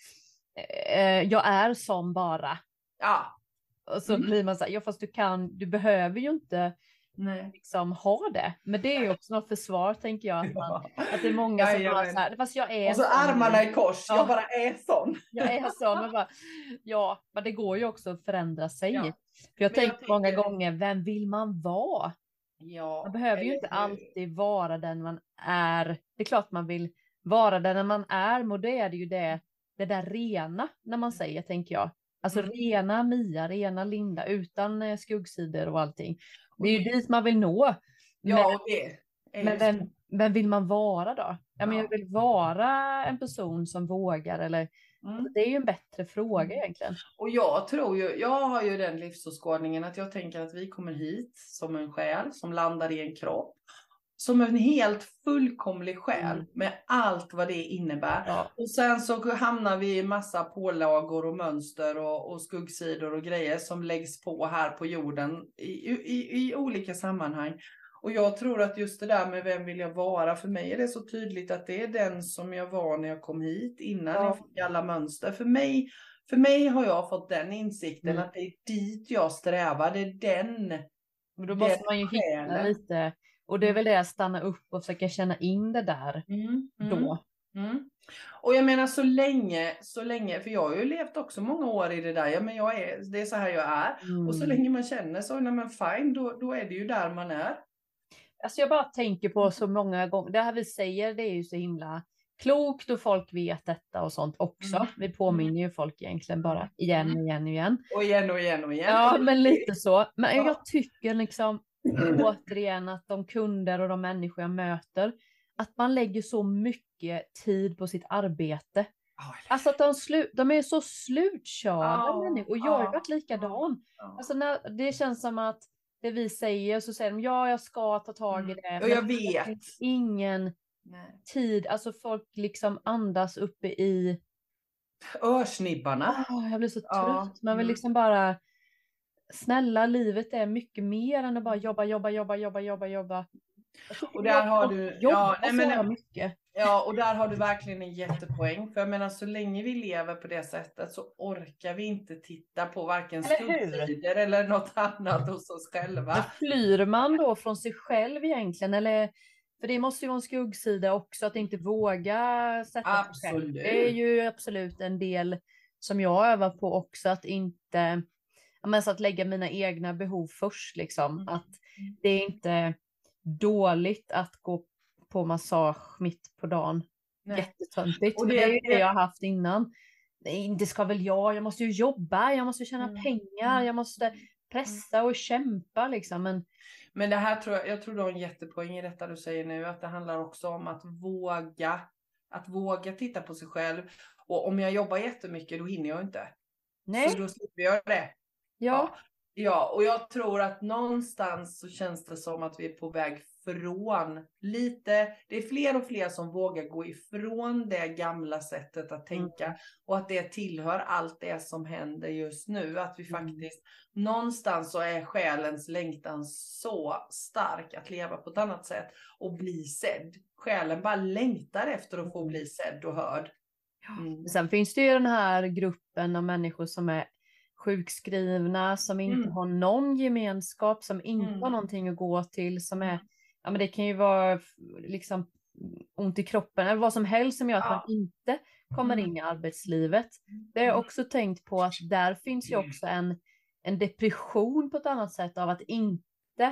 eh, jag är som bara. Ja. Och så Mm. blir man så här, ja fast du kan, du behöver ju inte Nej. liksom ha det. Men det är ju också något försvar, tänker jag. Att, man, att det är många som bara Jajamän. så här, fast jag är Och så sån. armarna i kors. Ja. Jag bara är sån. Jag är sån. Men bara, ja, men det går ju också att förändra sig. Ja. För jag Men jag tänker många tänker- gånger, vem vill man vara? Ja. Man behöver ju eller inte hur? alltid vara den man är. Det är klart man vill vara den man är, men det är det ju det, det där rena när man säger, tänker jag. Alltså Mm. rena Mia, rena Linda, utan eh, skuggsidor och allting. Det är ju Och det- dit man vill nå. Ja, Men, och det är men just vem, det. vem vill man vara då? Ja, men Ja. jag vill vara en person som vågar, eller Mm. det är ju en bättre fråga Mm. egentligen. Och jag tror ju, jag har ju den livsåskådningen att jag tänker att vi kommer hit som en själ som landar i en kropp. Som en helt fullkomlig själ Mm. med allt vad det innebär. Ja. Och sen så hamnar vi i massa pålagor och mönster och, och skuggsidor och grejer som läggs på här på jorden i, i, i olika sammanhang. Och jag tror att just det där med vem vill jag vara, för mig är det så tydligt att det är den som jag var när jag kom hit innan Ja. jag fick alla mönster. För mig, för mig har jag fått den insikten Mm. att det är dit jag strävar, det är den. Men då Det måste man ju hitta själen. lite, och det är väl det att stanna upp och försöka känna in det där Mm, mm. då. Mm. Och jag menar så länge, så länge, för jag har ju levt också många år i det där, ja men jag är, det är så här jag är. Mm. Och så länge man känner så, nej men fine, då, då är det ju där man är. Alltså jag bara tänker på så många gånger, det här vi säger det är ju så himla klokt och folk vet detta och sånt också. Mm. Vi påminner ju folk egentligen bara igen och igen och igen. Och igen och igen och igen. Ja, men lite så. Men Ja. jag tycker liksom återigen att de kunder och de människor jag möter, att man lägger så mycket tid på sitt arbete. Ja, Alltså att de, slu- de är så slutkörda Ja, människor. Och jag har ju ja, varit likadan. ja. Alltså när, det känns som att det vi säger, så säger de ja, jag ska ta tag i det. Mm. Och jag Men det vet. finns ingen Nej. tid, alltså folk liksom andas uppe i, Örsnibbarna. åh, jag blir så trött. Ja, Man vill mm. liksom bara, snälla, livet är mycket mer än att bara jobba, jobba, jobba, jobba, jobba, jobba. Och där har du, jobba ja, nej, men, så mycket. ja, och där har du verkligen en jättepoäng. För jag menar, så länge vi lever på det sättet så orkar vi inte titta på varken Eller hur? skuggsidor eller något annat hos oss själva. Men flyr man då från sig själv egentligen? Eller, för det måste ju vara en skuggsida också, att inte våga sätta sig själv. Absolut. Det är ju absolut en del som jag övar på också, att inte, ja, men så att lägga mina egna behov först liksom. Mm. Att det är inte dåligt att gå på massage mitt på dagen. Nej. Jättetöntigt. Och Det, det- det är ju det jag har haft innan. Nej, det ska väl jag, jag måste ju jobba, jag måste tjäna Mm. pengar, jag måste pressa och kämpa liksom. Men Men det här tror jag, jag tror du har en jättepoäng i detta du säger nu, att det handlar också om att våga, att våga titta på sig själv. Och om jag jobbar jättemycket, då hinner jag inte. nej, Så då slipper jag det. ja. Ja, och jag tror att någonstans så känns det som att vi är på väg från lite, det är fler och fler som vågar gå ifrån det gamla sättet att tänka mm. och att det tillhör allt det som händer just nu, att vi mm. faktiskt någonstans så är själens längtan så stark att leva på ett annat sätt och bli sedd. Själen bara längtar efter att få bli sedd och hörd. Mm. Sen finns det ju den här gruppen av människor som är sjukskrivna, som inte mm. har någon gemenskap, som inte mm. har någonting att gå till, som är, ja men det kan ju vara liksom ont i kroppen eller vad som helst som gör att ja. man inte kommer mm. in i arbetslivet. Det har jag också tänkt på, att där finns ju också en, en depression på ett annat sätt av att inte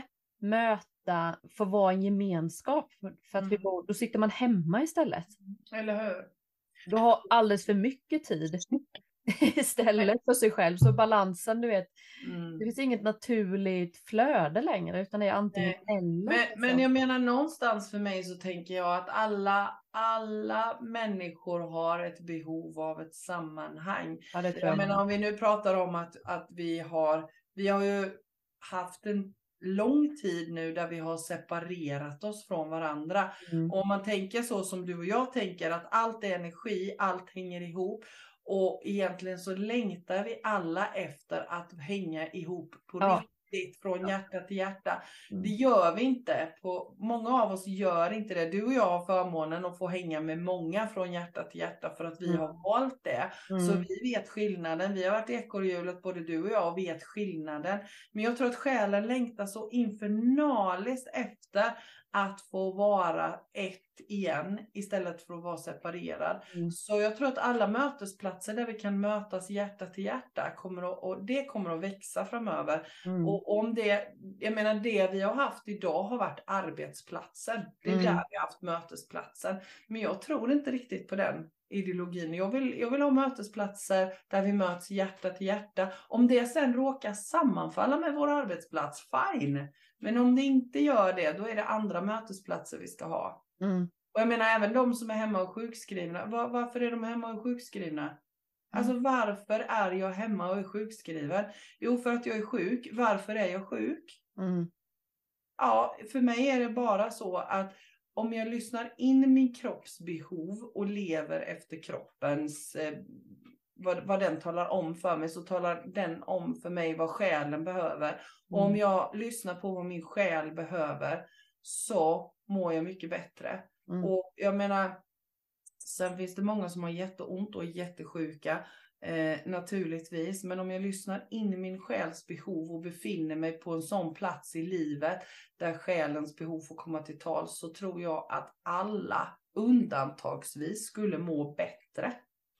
möta, få vara en gemenskap, för att mm. vi bor, då sitter man hemma istället. Eller hur? Du har alldeles för mycket tid istället för sig själv. Så balansen, du vet, mm. det finns inget naturligt flöde längre, utan det är antingen Nej. eller. Men, men jag menar, någonstans för mig så tänker jag att alla, alla människor har ett behov av ett sammanhang. Ja, det tror jag. Jag menar, om vi nu pratar om att, att vi har, vi har ju haft en lång tid nu där vi har separerat oss från varandra. Mm. Och om man tänker så som du och jag tänker, att allt är energi, allt hänger ihop. Och egentligen så längtar vi alla efter att hänga ihop på ja. riktigt, från ja. hjärta till hjärta. Mm. Det gör vi inte. På, många av oss gör inte det. Du och jag har förmånen att få hänga med många från hjärta till hjärta för att vi mm. har valt det. Mm. Så vi vet skillnaden. Vi har varit ekorrhjulet, både du och jag, och vet skillnaden. Men jag tror att själen längtar så infernaliskt efter att få vara ett igen istället för att vara separerad. Mm. Så jag tror att alla mötesplatser där vi kan mötas hjärta till hjärta kommer att, och det kommer att växa framöver. Mm. Och om det, jag menar det vi har haft idag har varit arbetsplatsen. Det är mm. där vi har haft mötesplatsen. Men jag tror inte riktigt på den ideologin. Jag vill, jag vill ha mötesplatser där vi möts hjärta till hjärta. Om det sen råkar sammanfalla med vår arbetsplats, fine. Men om det inte gör det, då är det andra mötesplatser vi ska ha. Mm. Och jag menar även de som är hemma och sjukskrivna. Var, varför är de hemma och sjukskrivna? Mm. Alltså varför är jag hemma och är sjukskriven? Jo, för att jag är sjuk. Varför är jag sjuk? Mm. Ja, för mig är det bara så att om jag lyssnar in min kropps behov och lever efter kroppens, eh, vad, vad den talar om för mig, så talar den om för mig vad själen behöver. Mm. Och om jag lyssnar på vad min själ behöver, så mår jag mycket bättre. Mm. Och jag menar, sen finns det många som har jätteont och är jättesjuka. Eh, naturligtvis, men om jag lyssnar in i min själs behov och befinner mig på en sån plats i livet där själens behov får komma till tal, så tror jag att alla undantagsvis skulle må bättre.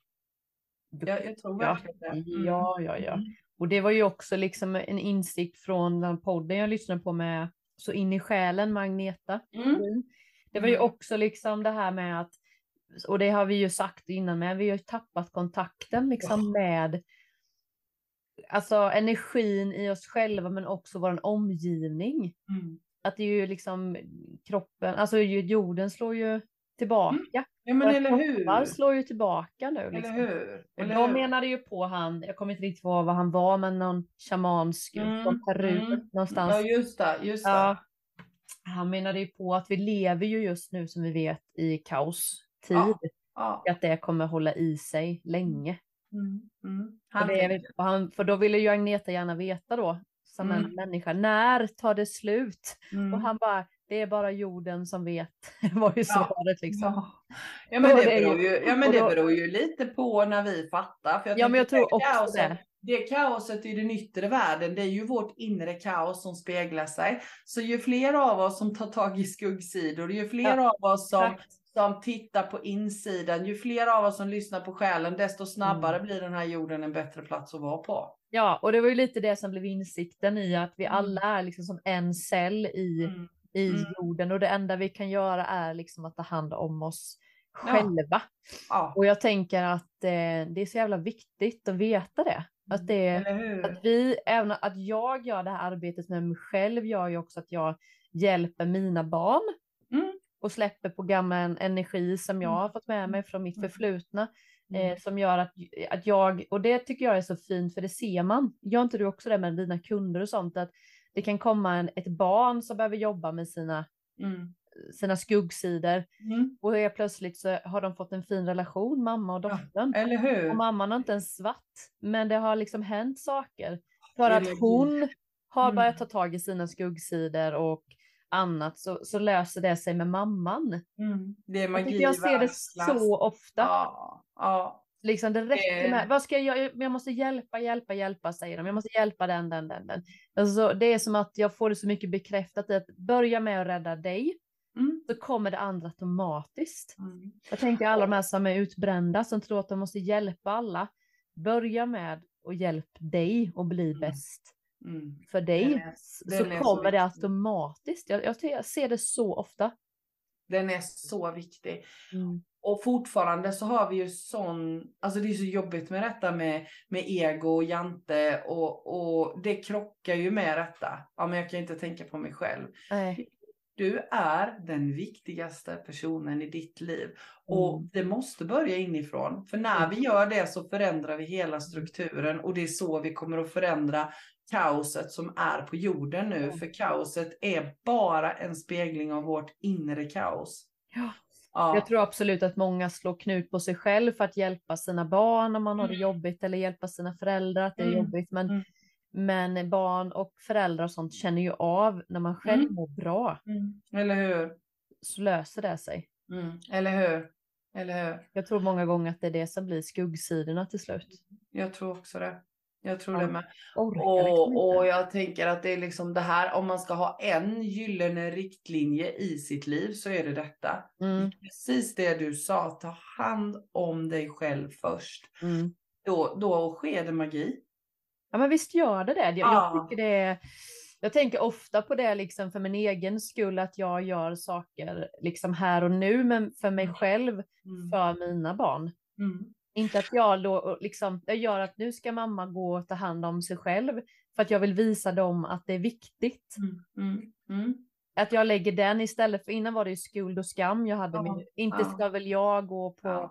Jag, jag tror verkligen det. Mm. Ja, ja, ja. Och det var ju också liksom en insikt från den podden jag lyssnade på med Så in i själen med Agneta. Mm. Det var ju också liksom det här med att, och det har vi ju sagt innan, men vi har ju tappat kontakten liksom oh. med alltså energin i oss själva, men också vår omgivning. Mm. Att det är ju liksom kroppen, alltså jorden slår ju tillbaka. Mm. Ja, men eller hur? Slår ju tillbaka nu. Liksom. Eller hur? Eller och då hur? menade ju på han, jag kommer inte riktigt ihåg vad han var, men någon shamansk mm. från Peru mm. någonstans. Ja, just det, just det. Ja, han menade ju på att vi lever ju just nu, som vi vet, i kaos. Tid. Ja, ja. Att det kommer hålla i sig länge. Mm, mm. Han för, det, han, för då ville ju Agneta gärna veta då, som mm. en människa, när tar det slut? Mm. Och han bara, det är bara jorden som vet. var ju svaret liksom. Ja, ja men, det, det beror ju, ja, men då, det beror ju lite på när vi fattar. För jag ja, men jag tror också kaoset, det. Det kaoset i den yttre världen, det är ju vårt inre kaos som speglar sig. Så ju fler av oss som tar tag i skuggsidor, ju fler ja, av oss som, som tittar på insidan, ju fler av oss som lyssnar på själen, desto snabbare mm. blir den här jorden en bättre plats att vara på. Ja, och det var ju lite det som blev insikten i att vi mm. alla är liksom som en cell i, mm. i mm. jorden, och det enda vi kan göra är liksom att ta hand om oss själva. Ja. Ja. Och jag tänker att eh, det är så jävla viktigt att veta det. Att, det, att vi, även att jag gör det här arbetet med mig själv, gör ju också att jag hjälper mina barn mm. och släpper på gammal energi som jag har fått med mig från mitt förflutna. Mm. Eh, som gör att, att jag, och det tycker jag är så fint, för det ser man. Gör inte du också det med dina kunder och sånt, att det kan komma en, ett barn som behöver jobba med sina, mm. sina skuggsidor. Mm. Och helt plötsligt så har de fått en fin relation, mamma och dottern. Ja, eller hur? Och mamman har inte ens svart, men det har liksom hänt saker. För att hon har börjat mm. ta tag i sina skuggsidor och annat, så, så löser det sig med mamman. Mm. Det är magi. Jag, jag ser det så ofta. Ja, ja. Liksom det räcker med, vad ska jag göra? Jag måste hjälpa, hjälpa, hjälpa, säger de. Jag måste hjälpa den, den, den, den. Alltså, det är som att jag får det så mycket bekräftat, att börja med att rädda dig. Mm. Så kommer det andra automatiskt. Mm. Jag tänker alla de här som är utbrända, som tror att de måste hjälpa alla. Börja med att hjälpa dig och bli mm. bäst. Mm. För dig. Den är, den så kommer så det automatiskt. Jag, jag ser det så ofta. Den är så viktig. Mm. Och fortfarande så har vi ju sån, alltså det är så jobbigt med detta med, med ego och jante, och, och det krockar ju med detta. Ja, men jag kan inte tänka på mig själv. Nej. Du är den viktigaste personen i ditt liv. Mm. Och det måste börja inifrån. För när vi gör det så förändrar vi hela strukturen. Och det är så vi kommer att förändra kaoset som är på jorden nu. Mm. För kaoset är bara en spegling av vårt inre kaos. Ja. Ja. Jag tror absolut att många slår knut på sig själv för att hjälpa sina barn om man har det jobbigt. Eller hjälpa sina föräldrar att det är mm. jobbigt. Men... Mm. Men barn och föräldrar och sånt känner ju av när man själv mm. mår bra. Mm. Eller hur? Så löser det sig. Mm. Eller hur? Eller hur? Jag tror många gånger att det är det som blir skuggsidorna till slut. Jag tror också det. Jag tror ja. det med. Och, och jag tänker att det är liksom det här, om man ska ha en gyllene riktlinje i sitt liv så är det detta. Mm. Precis det du sa, ta hand om dig själv först. Mm. Då, då sker det magi. Ja, men visst gör det det. Jag, ah. jag tycker det är, jag tänker ofta på det liksom för min egen skull, att jag gör saker liksom här och nu, men för mig själv, mm. för mina barn. Mm. Inte att jag då liksom, jag gör att nu ska mamma gå och ta hand om sig själv för att jag vill visa dem att det är viktigt. Mm. Mm. Mm. Att jag lägger den istället, för innan var det ju skuld och skam jag hade. Ah. Min, inte ska ah. väl jag gå på ah.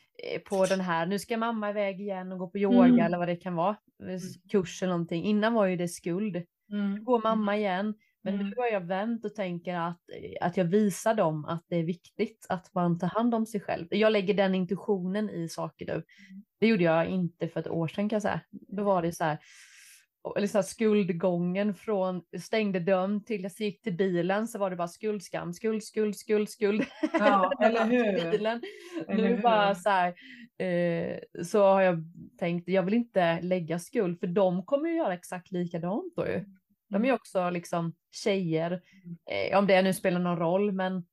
på den här, nu ska mamma iväg igen och gå på yoga mm. eller vad det kan vara, kurs eller någonting. Innan var ju det skuld. Mm. Går mamma igen. Men mm. nu har jag vänt och tänker att, att jag visar dem att det är viktigt att man tar hand om sig själv. Jag lägger den intuitionen i saker nu. Mm. Det gjorde jag inte för ett år sedan, kan jag säga. Då var det så här, eller så här skuldgången från stängde dörren till jag gick till bilen, så var det bara skuldskam, skuld, skuld, skuld, skuld. Ja, eller hur? Bilen. Eller nu hur? Bara så här, eh, så har jag tänkt, jag vill inte lägga skuld, för de kommer ju göra exakt likadant då ju. De är ju också liksom tjejer, eh, om det nu spelar någon roll, men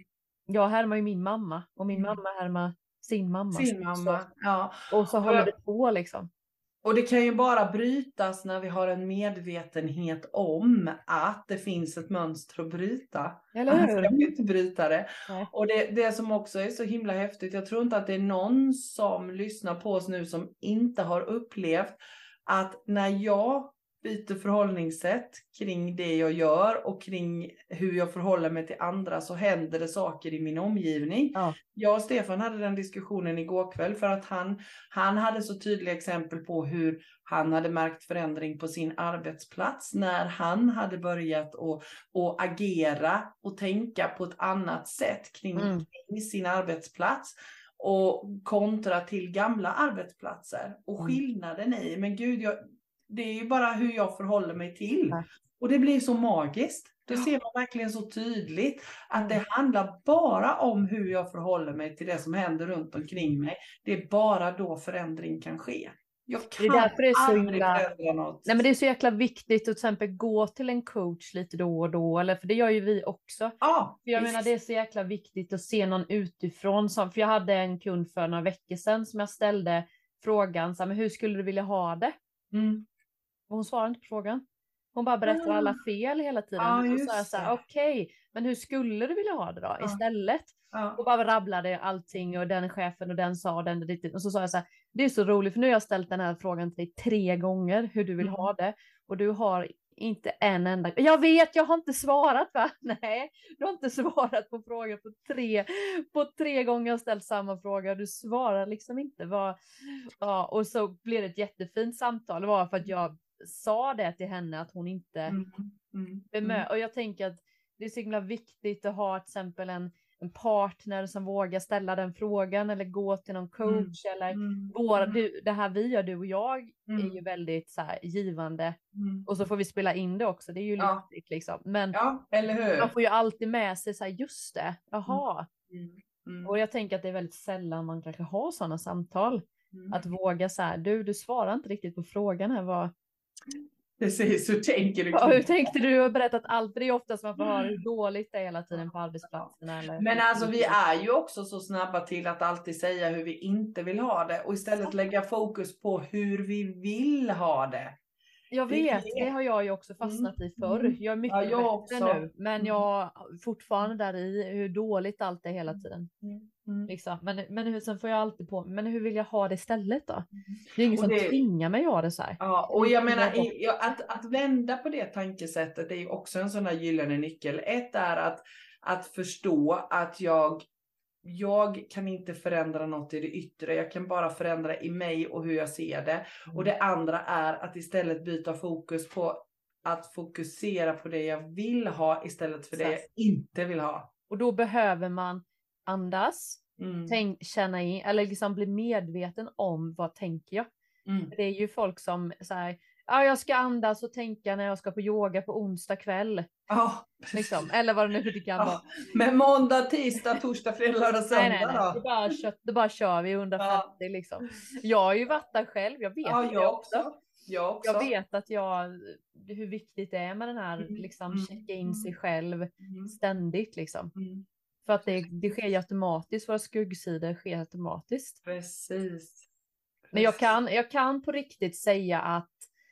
jag härmar ju min mamma och min mamma härmar sin mamma. Sin mamma, så, ja. Och så håller det på liksom. Och det kan ju bara brytas när vi har en medvetenhet om att det finns ett mönster att bryta. Eller hur? Jag kan inte bryta det. Nej. Och det, det som också är så himla häftigt, jag tror inte att det är någon som lyssnar på oss nu som inte har upplevt att när jag byter förhållningssätt kring det jag gör och kring hur jag förhåller mig till andra, så händer det saker i min omgivning. Ja. Jag och Stefan hade den diskussionen igår kväll, för att han, han hade så tydliga exempel på hur han hade märkt förändring på sin arbetsplats när han hade börjat att, att agera och tänka på ett annat sätt kring, mm. kring sin arbetsplats. Och kontra till gamla arbetsplatser. Och skillnaden i, men gud, jag, det är ju bara hur jag förhåller mig till. Mm. Och det blir så magiskt. Då ser man verkligen så tydligt att det handlar bara om hur jag förhåller mig till det som händer runt omkring mig. Det är bara då förändring kan ske. Jag kan det är därför det är så himla... förändra något. Nej, men det är så jäkla viktigt att till exempel gå till en coach lite då och då. Eller, för det gör ju vi också. Ja, för jag visst. menar, det är så jäkla viktigt att se någon utifrån. Som, för jag hade en kund för några veckor sedan som jag ställde frågan. Så här, men hur skulle du vilja ha det? Mm. Och hon svarade inte på frågan. Hon bara berättar mm. alla fel hela tiden. Ja, och så sa jag så här, okej, okay, men hur skulle du vilja ha det då? Ja. Istället. Ja. Och bara rabblade allting och den chefen och den sa den. Och så sa jag så här, det är så roligt för nu har jag ställt den här frågan till dig tre gånger hur du vill mm. ha det. Och du har Inte en enda. Jag vet, jag har inte svarat va? Nej, du har inte svarat på frågan på tre, på tre gånger jag ställt samma fråga. Du svarar liksom inte. Vad, ja, och så blev det ett jättefint samtal. Det var för att jag sa det till henne att hon inte Mm. Mm. bemö- och jag tänker att det är så himla viktigt att ha till exempel en, en partner som vågar ställa den frågan eller gå till någon coach Mm. eller Mm. våra, du, det här vi gör, du och jag Mm. är ju väldigt så här, givande Mm. och så får vi spela in det också, det är ju Ja. lättigt liksom, men Ja, eller hur? man får ju alltid med sig så här, just det, jaha. Mm. Mm. Och jag tänker att det är väldigt sällan man kanske har sådana samtal. Mm. Att våga så här, du, du svarar inte riktigt på frågan här. Vad... Precis, hur tänker du? Ja, hur tänkte du? Du har berättat allt, för det är oftast man får höra hur dåligt det är hela tiden på arbetsplatserna. Eller... Men alltså vi är ju också så snabba till att alltid säga hur vi inte vill ha det. Och istället lägga fokus på hur vi vill ha det. Jag vet, det har jag ju också fastnat i förr. Jag är mycket Ja, jag bättre också. nu. Men jag är fortfarande där i hur dåligt allt är hela tiden. Mm. Liksom. Men, men hur, sen får jag alltid på, men hur vill jag ha det istället då? Det är ingen Och som det- tvingar mig att ha det så här. Ja, och jag menar i- ja, att, att vända på det tankesättet är ju också en sån här gyllene nyckel. Ett är att, att förstå att jag, jag kan inte förändra något i det yttre. Jag kan bara förändra i mig och hur jag ser det. Och det andra är att istället byta fokus på att fokusera på det jag vill ha istället för det jag inte vill ha. Och då behöver man andas, Mm. tänk, känna in, eller liksom bli medveten om vad tänker jag. Mm. Det är ju folk som säger, ja jag ska andas och tänka när jag ska på yoga på onsdag kväll. Ja, Liksom. Eller vad det nu det kan vara. ja. Men måndag, tisdag, torsdag, fredag, lördag, söndag Nej, nej, nej. då? Det bara, kött, det bara kör vi under Ja. femtio liksom. Jag har ju varit där själv, jag vet Ja, det jag också. också. Jag också. Jag vet att jag, hur viktigt det är med den här, Mm, liksom mm, checka in mm. sig själv Mm. ständigt liksom. Mm. För att det, det sker ju automatiskt, våra skuggsidor sker automatiskt. Precis. Men jag kan, jag kan på riktigt säga att,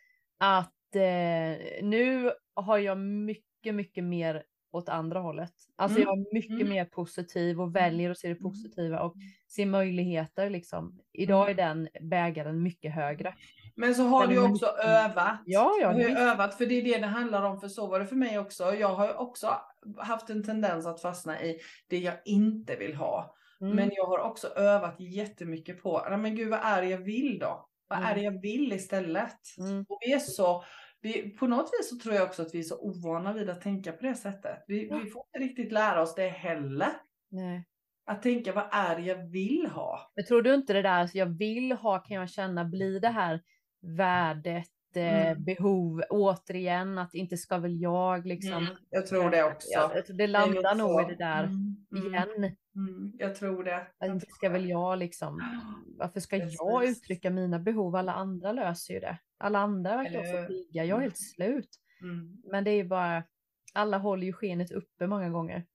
att eh, nu har jag mycket, mycket mer åt andra hållet. Alltså Mm. jag är mycket Mm. mer positiv och väljer att se det positiva och se möjligheter liksom. Idag är den bägaren mycket högre. Men så har Den du ju är också mycket- övat. Ja, ja, Jag har ju visst. övat, för det är det det handlar om, för så var det för mig också. Jag har ju också haft en tendens att fastna i det jag inte vill ha. Mm. Men jag har också övat jättemycket på, nej men gud, vad är det jag vill då? Vad Mm. är det jag vill istället? Mm. Och vi är så, vi, på något vis så tror jag också att vi är så ovana vid att tänka på det sättet. Vi, Ja. vi får inte riktigt lära oss det heller. Nej. Att tänka, vad är det jag vill ha? Men tror du inte det där som jag vill ha kan jag känna blir det här värdet, eh, Mm. behov, återigen att inte ska väl jag liksom. Mm, jag tror det också. Ja, jag tror det landar är nog så. i det där Mm, mm, igen. Mm, jag tror det. Att inte ska väl jag liksom, varför ska Precis. jag uttrycka mina behov? Alla andra löser ju det. Alla andra verkar Eller- också pigga. Jag är helt slut. Mm. Men det är ju bara, alla håller ju skenet uppe många gånger.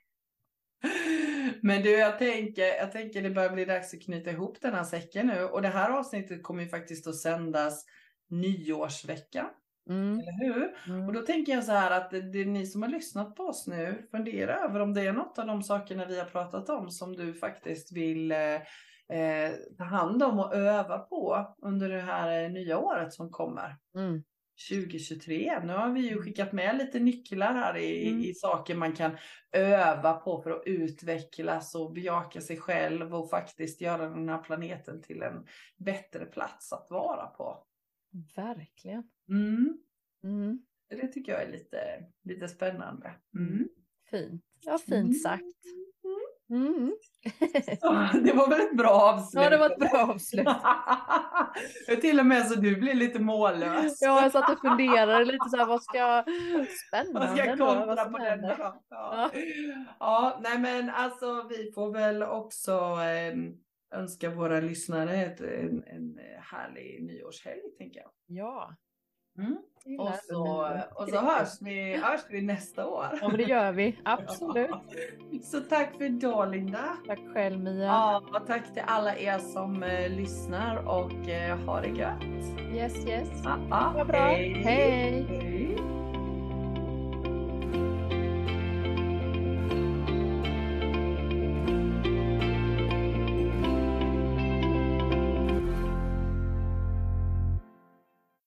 Men du, jag tänker, jag tänker det börjar bli dags att knyta ihop den här säcken nu. Och det här avsnittet kommer ju faktiskt att sändas nyårsvecka. Mm. Eller hur? Mm. Och då tänker jag så här att det, det är ni som har lyssnat på oss nu. Fundera över om det är något av de sakerna vi har pratat om som du faktiskt vill eh, eh, ta hand om och öva på under det här eh, nya året som kommer. Mm. tjugo tjugotre. Nu har vi ju skickat med lite nycklar här i, Mm. i saker man kan öva på för att utvecklas och bejaka sig själv och faktiskt göra den här planeten till en bättre plats att vara på. Verkligen. Mm. Mm. Det tycker jag är lite, lite spännande. Mm. Fint. Ja, fint Mm. sagt. Mm. Så, det var väl ett bra avslut? Ja, det var ett bra avslut. Till och med så du blir lite mållös. Ja, jag satt och funderade lite så här, vad ska jag... Spännande. Vad ska jag då, kontra vad som på händer. den då? Ja. Ja, nej men alltså vi får väl också eh, önska våra lyssnare ett, en, en härlig nyårshelg, tänker jag. Ja. Mm. jag gillar Och det. så, Jag och tycker så det är hörs vi, hörs vi nästa år. Ja, men det gör vi. Absolut. Så tack för idag, Linda. Tack själv, Mia. Ja, och tack till alla er som eh, lyssnar och eh, ha det gött. Yes, yes. Ja, ja. Vad bra. Hej. Hej.